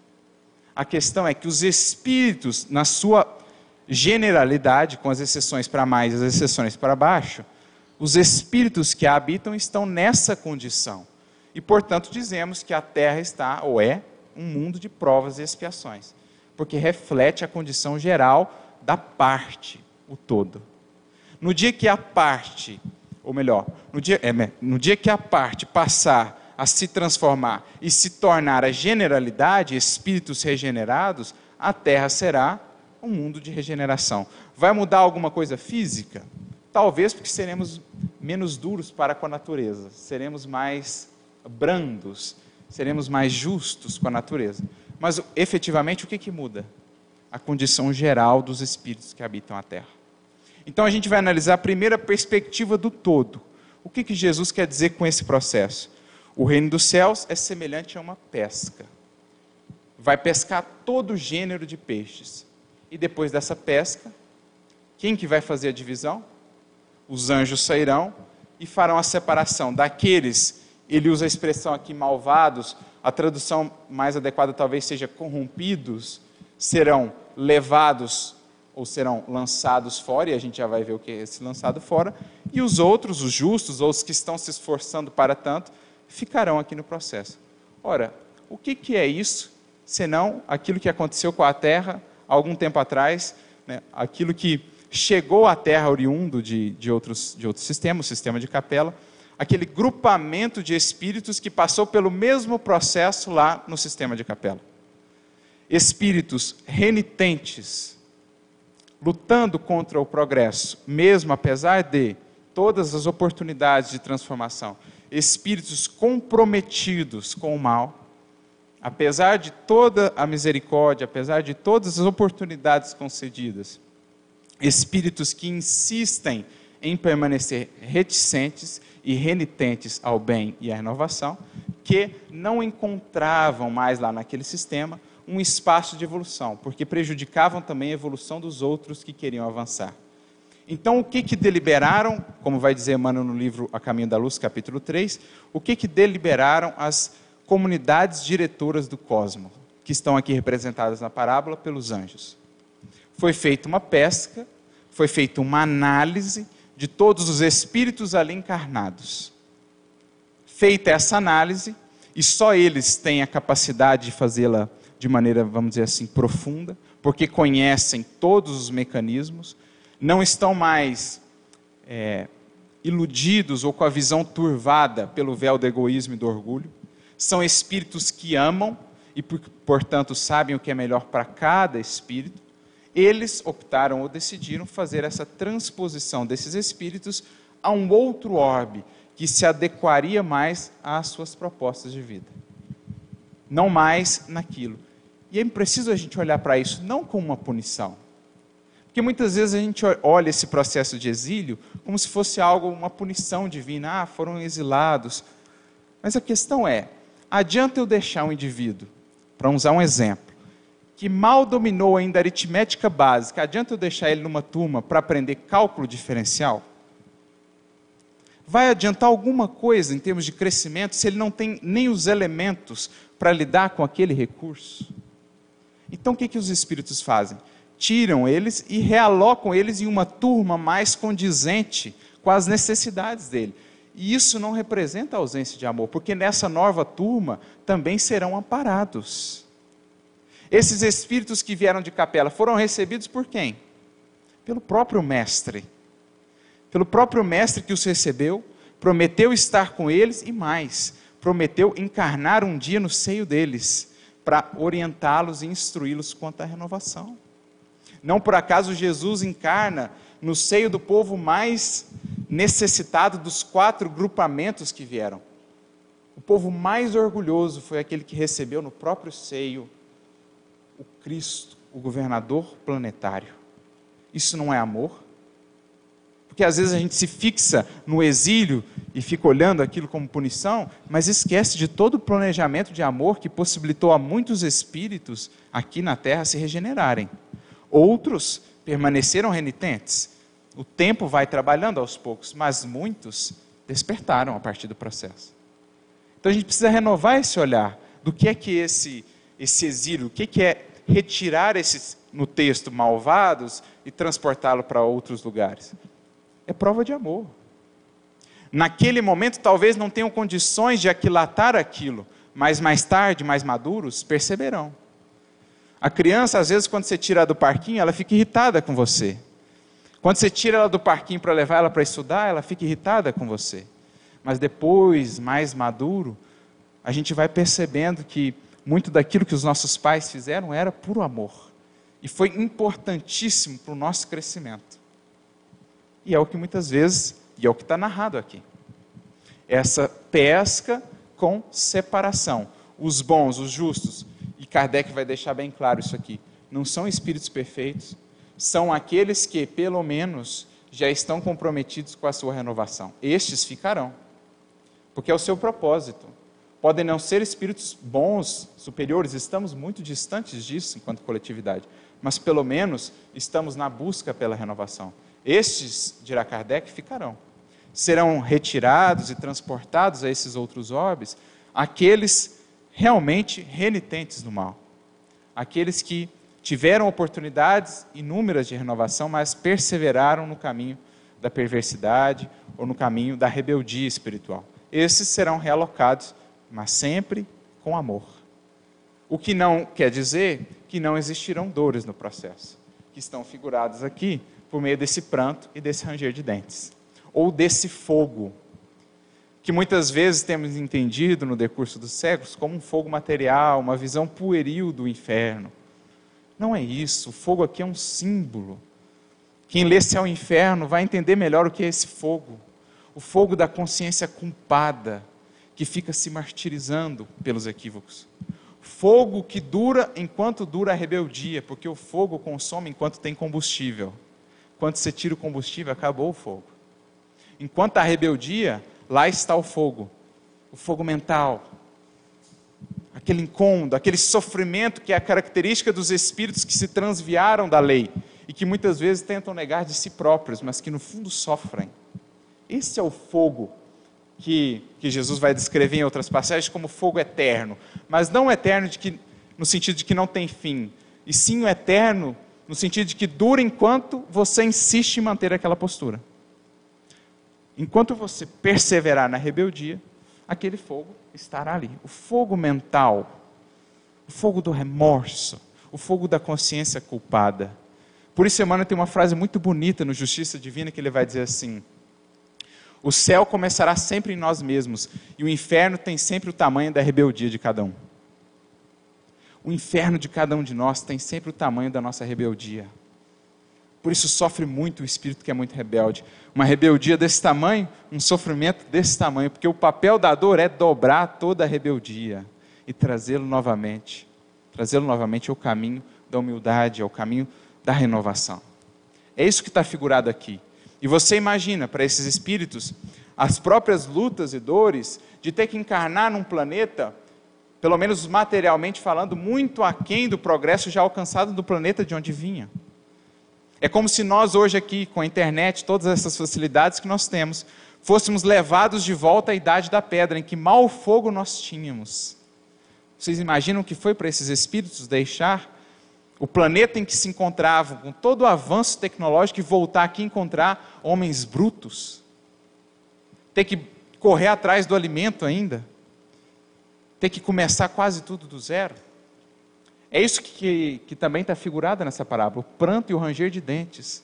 A questão é que os espíritos, na sua generalidade, com as exceções para mais e as exceções para baixo, os espíritos que a habitam estão nessa condição. E, portanto, dizemos que a Terra está, ou é, um mundo de provas e expiações. Porque reflete a condição geral da parte, o todo. No dia que a parte, ou melhor, no dia que a parte passar a se transformar e se tornar a generalidade, espíritos regenerados, a Terra será um mundo de regeneração. Vai mudar alguma coisa física? Talvez porque seremos menos duros para com a natureza, seremos mais brandos, seremos mais justos com a natureza. Mas, efetivamente, o que muda? A condição geral dos espíritos que habitam a Terra. Então, a gente vai analisar a primeira perspectiva do todo. O que Jesus quer dizer com esse processo? O reino dos céus é semelhante a uma pesca. Vai pescar todo gênero de peixes. E depois dessa pesca, quem que vai fazer a divisão? Os anjos sairão e farão a separação daqueles, ele usa a expressão aqui, malvados, a tradução mais adequada talvez seja corrompidos, serão levados ou serão lançados fora, e a gente já vai ver o que é esse lançado fora, e os outros, os justos, ou os que estão se esforçando para tanto, ficarão aqui no processo. Ora, o que é isso, senão aquilo que aconteceu com a Terra há algum tempo atrás, né, aquilo que chegou à Terra oriundo de outros sistemas, o sistema de Capela, aquele grupamento de espíritos que passou pelo mesmo processo lá no sistema de Capela. Espíritos renitentes, lutando contra o progresso, mesmo apesar de todas as oportunidades de transformação. Espíritos comprometidos com o mal, apesar de toda a misericórdia, apesar de todas as oportunidades concedidas. Espíritos que insistem em permanecer reticentes e renitentes ao bem e à renovação, que não encontravam mais lá naquele sistema um espaço de evolução, porque prejudicavam também a evolução dos outros que queriam avançar. Então, o que deliberaram, como vai dizer Emmanuel no livro A Caminho da Luz, capítulo 3, o que deliberaram as comunidades diretoras do cosmos, que estão aqui representadas na parábola pelos anjos? Foi feita uma pesca, foi feita uma análise de todos os espíritos ali encarnados. Feita essa análise, e só eles têm a capacidade de fazê-la de maneira, vamos dizer assim, profunda, porque conhecem todos os mecanismos, não estão mais iludidos ou com a visão turvada pelo véu do egoísmo e do orgulho. São espíritos que amam e, portanto, sabem o que é melhor para cada espírito. eles optaram ou decidiram fazer essa transposição desses espíritos a um outro orbe, que se adequaria mais às suas propostas de vida. Não mais naquilo. E é preciso a gente olhar para isso não como uma punição. Porque muitas vezes a gente olha esse processo de exílio como se fosse algo, uma punição divina. Ah, foram exilados. Mas a questão é, adianta eu deixar um indivíduo, para usar um exemplo, que mal dominou ainda a aritmética básica, adianta eu deixar ele numa turma para aprender cálculo diferencial? Vai adiantar alguma coisa em termos de crescimento se ele não tem nem os elementos para lidar com aquele recurso? Então o que os espíritos fazem? Tiram eles e realocam eles em uma turma mais condizente com as necessidades dele. E isso não representa ausência de amor, porque nessa nova turma também serão amparados. Esses espíritos que vieram de Capela foram recebidos por quem? Pelo próprio mestre. Pelo próprio mestre que os recebeu, prometeu estar com eles e mais, prometeu encarnar um dia no seio deles, para orientá-los e instruí-los quanto à renovação. Não por acaso Jesus encarna no seio do povo mais necessitado dos 4 grupamentos que vieram. O povo mais orgulhoso foi aquele que recebeu no próprio seio o Cristo, o governador planetário. Isso não é amor? Porque às vezes a gente se fixa no exílio e fica olhando aquilo como punição, mas esquece de todo o planejamento de amor que possibilitou a muitos espíritos aqui na Terra se regenerarem. Outros permaneceram renitentes. O tempo vai trabalhando aos poucos, mas muitos despertaram a partir do processo. Então a gente precisa renovar esse olhar do que é que esse exílio, o que é retirar esses, no texto, malvados e transportá-lo para outros lugares. É prova de amor. Naquele momento talvez não tenham condições de aquilatar aquilo, mas mais tarde, mais maduros, perceberão. A criança, às vezes, quando você tira ela do parquinho, ela fica irritada com você. Quando você tira ela do parquinho para levar ela para estudar, ela fica irritada com você. Mas depois, mais maduro, a gente vai percebendo que muito daquilo que os nossos pais fizeram era puro amor. E foi importantíssimo para o nosso crescimento. E é o que muitas vezes, e é o que está narrado aqui. Essa pesca com separação. Os bons, os justos, e Kardec vai deixar bem claro isso aqui, não são espíritos perfeitos, são aqueles que, pelo menos, já estão comprometidos com a sua renovação. Estes ficarão, porque é o seu propósito. Podem não ser espíritos bons, superiores, estamos muito distantes disso enquanto coletividade, mas pelo menos estamos na busca pela renovação. Estes, dirá Kardec, ficarão. Serão retirados e transportados a esses outros orbes aqueles realmente renitentes do mal. Aqueles que tiveram oportunidades inúmeras de renovação, mas perseveraram no caminho da perversidade ou no caminho da rebeldia espiritual. Esses serão realocados, mas sempre com amor. O que não quer dizer que não existirão dores no processo, que estão figuradas aqui por meio desse pranto e desse ranger de dentes, ou desse fogo, que muitas vezes temos entendido no decurso dos séculos como um fogo material, uma visão pueril do inferno. Não é isso, o fogo aqui é um símbolo. Quem lê Céu e Inferno vai entender melhor o que é esse fogo. O fogo da consciência culpada, que fica se martirizando pelos equívocos. Fogo que dura enquanto dura a rebeldia, porque o fogo consome enquanto tem combustível. Quando você tira o combustível, acabou o fogo. Enquanto a rebeldia, lá está o fogo mental, aquele incômodo, aquele sofrimento que é a característica dos espíritos que se transviaram da lei e que muitas vezes tentam negar de si próprios, mas que no fundo sofrem. Esse é o fogo que Jesus vai descrever em outras passagens como fogo eterno, mas não eterno no sentido de que não tem fim, e sim o eterno no sentido de que dura enquanto você insiste em manter aquela postura. Enquanto você perseverar na rebeldia, aquele fogo estará ali. O fogo mental, o fogo do remorso, o fogo da consciência culpada. Por isso, Emmanuel tem uma frase muito bonita no Justiça Divina, que ele vai dizer assim: o céu começará sempre em nós mesmos, e o inferno tem sempre o tamanho da rebeldia de cada um. O inferno de cada um de nós tem sempre o tamanho da nossa rebeldia. Por isso sofre muito o espírito que é muito rebelde. Uma rebeldia desse tamanho, um sofrimento desse tamanho, porque o papel da dor é dobrar toda a rebeldia e trazê-lo novamente ao caminho da humildade, ao caminho da renovação. É isso que está figurado aqui. E você imagina, para esses espíritos, as próprias lutas e dores de ter que encarnar num planeta, pelo menos materialmente falando, muito aquém do progresso já alcançado do planeta de onde vinha. É como se nós hoje aqui, com a internet, todas essas facilidades que nós temos, fôssemos levados de volta à idade da pedra, em que mal fogo nós tínhamos. Vocês imaginam o que foi para esses espíritos deixar o planeta em que se encontravam, com todo o avanço tecnológico, e voltar aqui e encontrar homens brutos? Ter que correr atrás do alimento ainda? Ter que começar quase tudo do zero? É isso que também está figurado nessa parábola, o pranto e o ranger de dentes.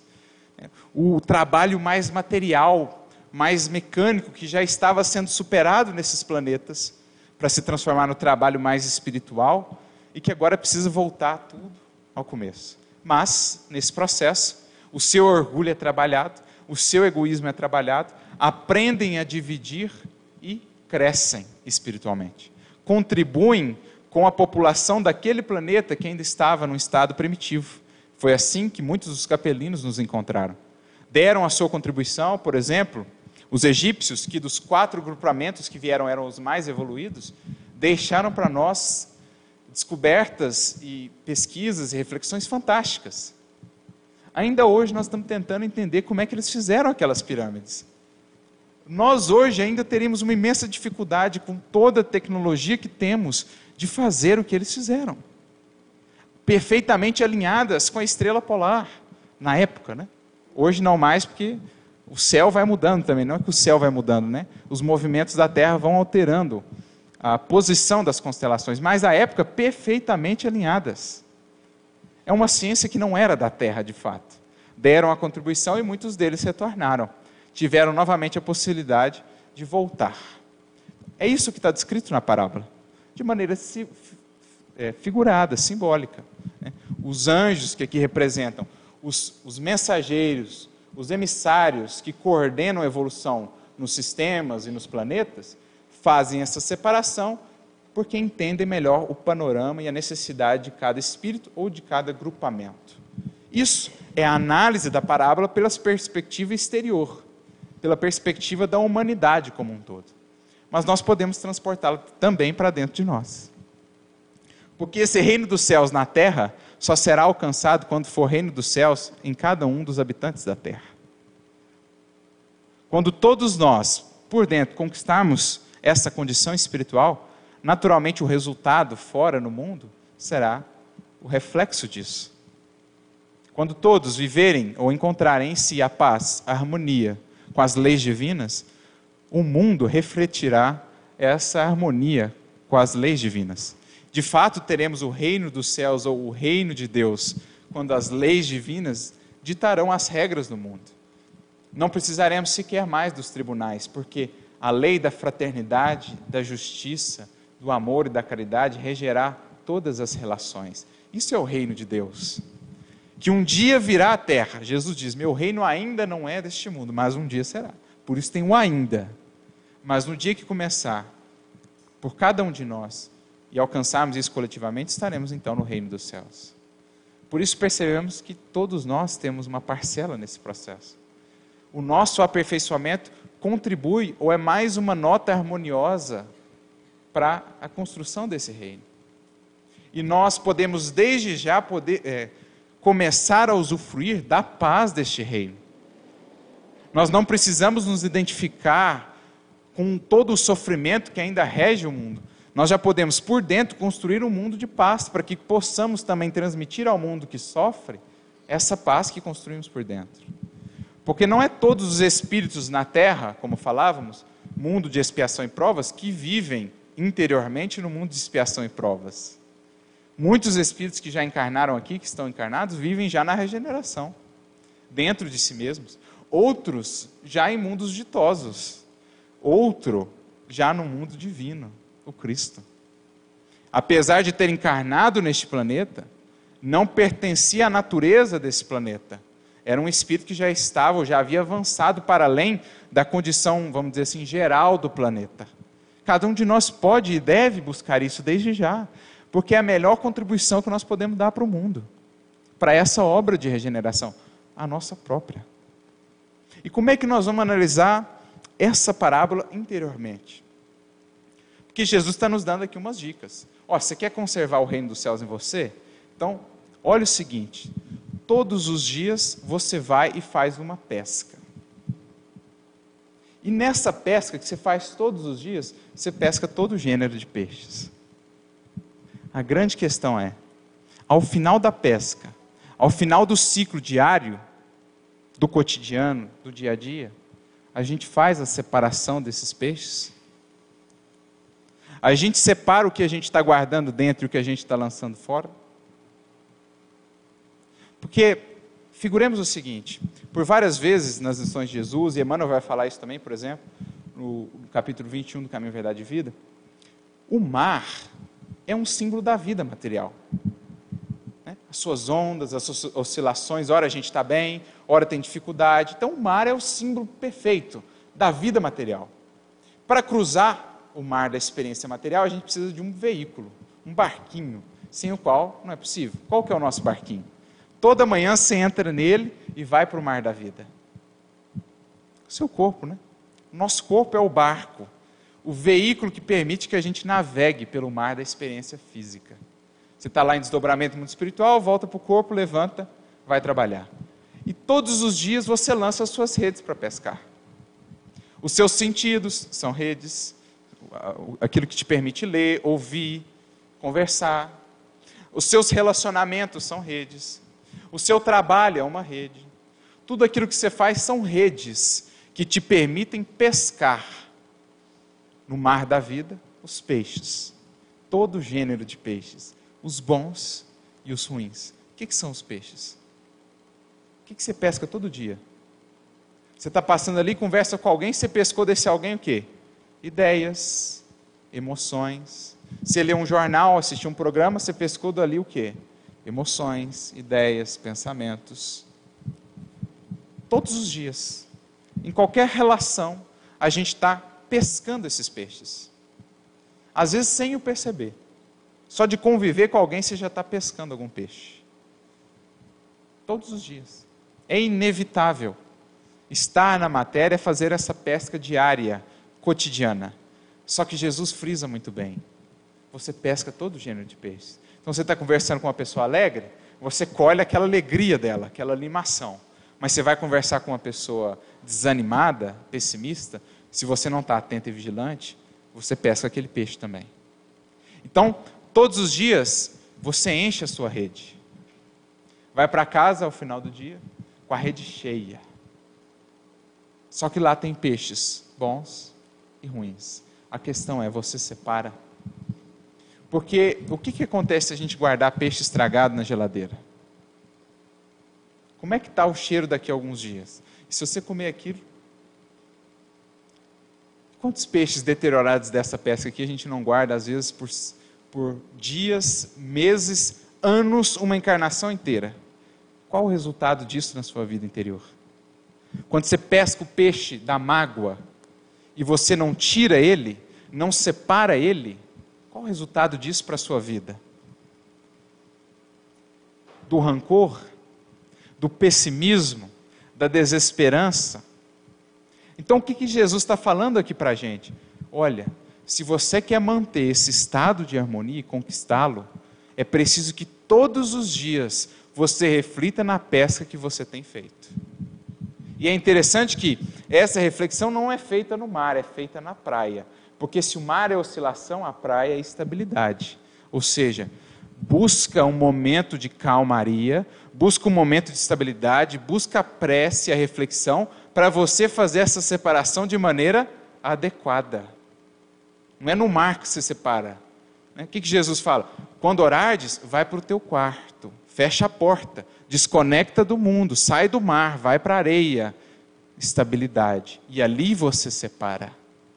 O trabalho mais material, mais mecânico, que já estava sendo superado nesses planetas, para se transformar no trabalho mais espiritual, e que agora precisa voltar tudo ao começo. Mas, nesse processo, o seu orgulho é trabalhado, o seu egoísmo é trabalhado, aprendem a dividir e crescem espiritualmente. Contribuem com a população daquele planeta que ainda estava num estado primitivo. Foi assim que muitos dos capelinos nos encontraram. Deram a sua contribuição, por exemplo, os egípcios, que dos 4 grupamentos que vieram eram os mais evoluídos, deixaram para nós descobertas e pesquisas e reflexões fantásticas. Ainda hoje nós estamos tentando entender como é que eles fizeram aquelas pirâmides. Nós hoje ainda teríamos uma imensa dificuldade com toda a tecnologia que temos de fazer o que eles fizeram. Perfeitamente alinhadas com a estrela polar, na época, né? Hoje não mais, porque o céu vai mudando também, não é que o céu vai mudando, né? Os movimentos da Terra vão alterando a posição das constelações, mas à época perfeitamente alinhadas. É uma ciência que não era da Terra, de fato. Deram a contribuição e muitos deles retornaram. Tiveram novamente a possibilidade de voltar. É isso que está descrito na parábola, de maneira figurada, simbólica. Os anjos que aqui representam, os mensageiros, os emissários que coordenam a evolução nos sistemas e nos planetas, fazem essa separação porque entendem melhor o panorama e a necessidade de cada espírito ou de cada grupamento. Isso é a análise da parábola pela perspectiva exterior, pela perspectiva da humanidade como um todo. Mas nós podemos transportá-la também para dentro de nós. Porque esse reino dos céus na terra só será alcançado quando for reino dos céus em cada um dos habitantes da terra. Quando todos nós, por dentro, conquistarmos essa condição espiritual, naturalmente o resultado fora no mundo será o reflexo disso. Quando todos viverem ou encontrarem em si a paz, a harmonia com as leis divinas, o mundo refletirá essa harmonia com as leis divinas. De fato, teremos o reino dos céus ou o reino de Deus, quando as leis divinas ditarão as regras do mundo. Não precisaremos sequer mais dos tribunais, porque a lei da fraternidade, da justiça, do amor e da caridade regerá todas as relações. Isso é o reino de Deus, que um dia virá à terra. Jesus diz, meu reino ainda não é deste mundo, mas um dia será. Por isso tem o ainda. Mas no dia que começar, por cada um de nós, e alcançarmos isso coletivamente, estaremos então no reino dos céus. Por isso percebemos que todos nós temos uma parcela nesse processo. O nosso aperfeiçoamento contribui ou é mais uma nota harmoniosa para a construção desse reino. E nós podemos desde já começar a usufruir da paz deste reino. Nós não precisamos nos identificar com todo o sofrimento que ainda rege o mundo. Nós já podemos, por dentro, construir um mundo de paz, para que possamos também transmitir ao mundo que sofre essa paz que construímos por dentro. Porque não é todos os espíritos na Terra, como falávamos, mundo de expiação e provas, que vivem interiormente no mundo de expiação e provas. Muitos espíritos que já encarnaram aqui, que estão encarnados, vivem já na regeneração, dentro de si mesmos. Outros já em mundos ditosos. Outro já no mundo divino, o Cristo. Apesar de ter encarnado neste planeta, não pertencia à natureza desse planeta. Era um espírito que já estava, ou já havia avançado para além da condição, vamos dizer assim, geral do planeta. Cada um de nós pode e deve buscar isso desde já, porque é a melhor contribuição que nós podemos dar para o mundo, para essa obra de regeneração, a nossa própria. E como é que nós vamos analisar essa parábola interiormente? Porque Jesus está nos dando aqui umas dicas. Você quer conservar o reino dos céus em você? Então, olha o seguinte, todos os dias você vai e faz uma pesca. E nessa pesca que você faz todos os dias, você pesca todo gênero de peixes. A grande questão é, ao final da pesca, ao final do ciclo diário, do cotidiano, do dia a dia, a gente faz a separação desses peixes? A gente separa o que a gente está guardando dentro e o que a gente está lançando fora? Porque, figuremos o seguinte, por várias vezes nas lições de Jesus, e Emmanuel vai falar isso também, por exemplo, no capítulo 21 do Caminho, Verdade e Vida, o mar é um símbolo da vida material. As suas ondas, as suas oscilações, ora a gente está bem, ora tem dificuldade. Então o mar é o símbolo perfeito da vida material. Para cruzar o mar da experiência material, a gente precisa de um veículo, um barquinho, sem o qual não é possível. Qual que é o nosso barquinho? Toda manhã você entra nele e vai para o mar da vida. O seu corpo, né? O nosso corpo é o barco, o veículo que permite que a gente navegue pelo mar da experiência física. Você está lá em desdobramento do mundo espiritual, volta para o corpo, levanta, vai trabalhar. E todos os dias você lança as suas redes para pescar. Os seus sentidos são redes, aquilo que te permite ler, ouvir, conversar. Os seus relacionamentos são redes. O seu trabalho é uma rede. Tudo aquilo que você faz são redes que te permitem pescar no mar da vida os peixes. Todo gênero de peixes. Os bons e os ruins. O que são os peixes? O que você pesca todo dia? Você está passando ali, conversa com alguém, você pescou desse alguém o quê? Ideias, emoções. Você lê um jornal, assistiu um programa, você pescou dali o quê? Emoções, ideias, pensamentos. Todos os dias, em qualquer relação, a gente está pescando esses peixes. Às vezes sem o perceber. Só de conviver com alguém você já está pescando algum peixe. Todos os dias. É inevitável. Estar na matéria é fazer essa pesca diária, cotidiana. Só que Jesus frisa muito bem. Você pesca todo gênero de peixes. Então você está conversando com uma pessoa alegre, você colhe aquela alegria dela, aquela animação. Mas você vai conversar com uma pessoa desanimada, pessimista, se você não está atento e vigilante, você pesca aquele peixe também. Então, todos os dias, você enche a sua rede. Vai para casa ao final do dia, com a rede cheia. Só que lá tem peixes bons e ruins. A questão é, você separa? Porque o que acontece se a gente guardar peixe estragado na geladeira? Como é que está o cheiro daqui a alguns dias? E se você comer aquilo? Quantos peixes deteriorados dessa pesca aqui a gente não guarda, às vezes, por dias, meses, anos, uma encarnação inteira? Qual o resultado disso na sua vida interior? Quando você pesca o peixe da mágoa e você não tira ele, não separa ele, qual o resultado disso para a sua vida? Do rancor, do pessimismo, da desesperança. Então o que Jesus está falando aqui para a gente? Olha, se você quer manter esse estado de harmonia e conquistá-lo, é preciso que todos os dias você reflita na pesca que você tem feito. E é interessante que essa reflexão não é feita no mar, é feita na praia. Porque se o mar é oscilação, a praia é estabilidade. Ou seja, busca um momento de calmaria, busca um momento de estabilidade, busca a prece, a reflexão, para você fazer essa separação de maneira adequada. Não é no mar que você separa. O que Jesus fala? Quando orares, vai para o teu quarto, fecha a porta, desconecta do mundo, sai do mar, vai para a areia. Estabilidade. E ali você separa.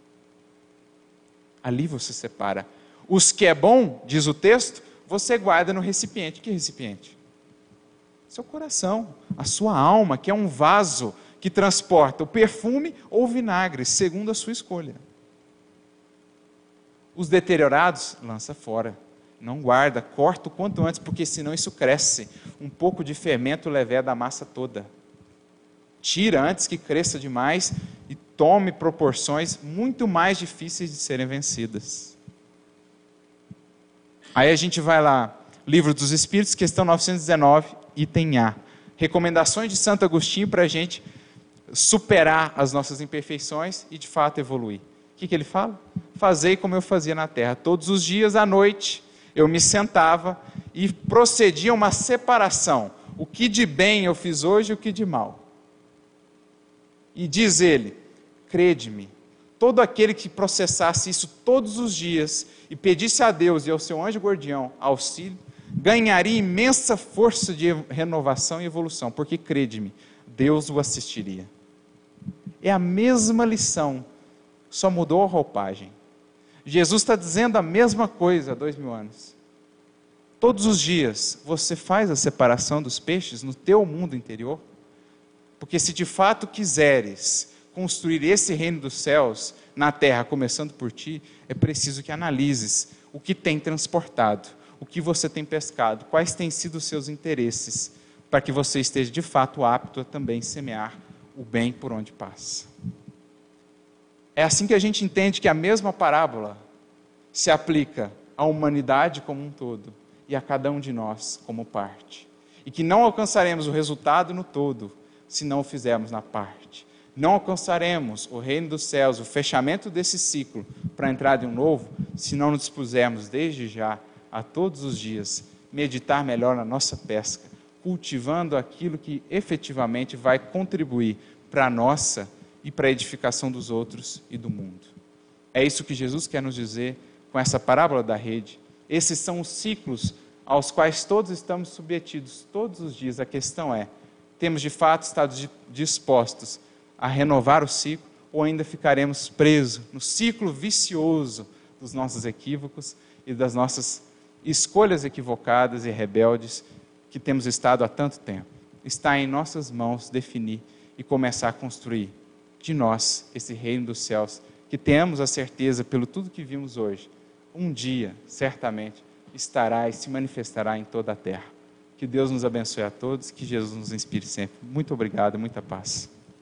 Ali você separa. Os que é bom, diz o texto, você guarda no recipiente. Que recipiente? Seu coração, a sua alma, que é um vaso que transporta o perfume ou o vinagre, segundo a sua escolha. Os deteriorados, lança fora. Não guarda, corta o quanto antes, porque senão isso cresce. Um pouco de fermento leveda a massa toda. Tira antes que cresça demais e tome proporções muito mais difíceis de serem vencidas. Aí a gente vai lá, Livro dos Espíritos, questão 919, item A. Recomendações de Santo Agostinho para a gente superar as nossas imperfeições e de fato evoluir. O que ele fala? Fazei como eu fazia na terra. Todos os dias à noite eu me sentava e procedia uma separação. O que de bem eu fiz hoje e o que de mal. E diz ele, crede-me, todo aquele que processasse isso todos os dias e pedisse a Deus e ao seu anjo guardião auxílio, ganharia imensa força de renovação e evolução, porque crede-me, Deus o assistiria. É a mesma lição, só mudou a roupagem. Jesus está dizendo a mesma coisa há 2000 anos. Todos os dias você faz a separação dos peixes no teu mundo interior, porque se de fato quiseres construir esse reino dos céus na terra, começando por ti, é preciso que analises o que tem transportado, o que você tem pescado, quais têm sido os seus interesses, para que você esteja de fato apto a também semear o bem por onde passa. É assim que a gente entende que a mesma parábola se aplica à humanidade como um todo e a cada um de nós como parte. E que não alcançaremos o resultado no todo se não o fizermos na parte. Não alcançaremos o reino dos céus, o fechamento desse ciclo para a entrada em um novo, se não nos dispusermos desde já a todos os dias meditar melhor na nossa pesca, cultivando aquilo que efetivamente vai contribuir para a nossa e para a edificação dos outros e do mundo. É isso que Jesus quer nos dizer com essa parábola da rede. Esses são os ciclos aos quais todos estamos submetidos todos os dias. A questão é, temos de fato estado dispostos a renovar o ciclo ou ainda ficaremos presos no ciclo vicioso dos nossos equívocos e das nossas escolhas equivocadas e rebeldes que temos estado há tanto tempo? Está em nossas mãos definir e começar a construir de nós esse reino dos céus, que temos a certeza, pelo tudo que vimos hoje, um dia, certamente, estará e se manifestará em toda a terra. Que Deus nos abençoe a todos, que Jesus nos inspire sempre. Muito obrigado, muita paz.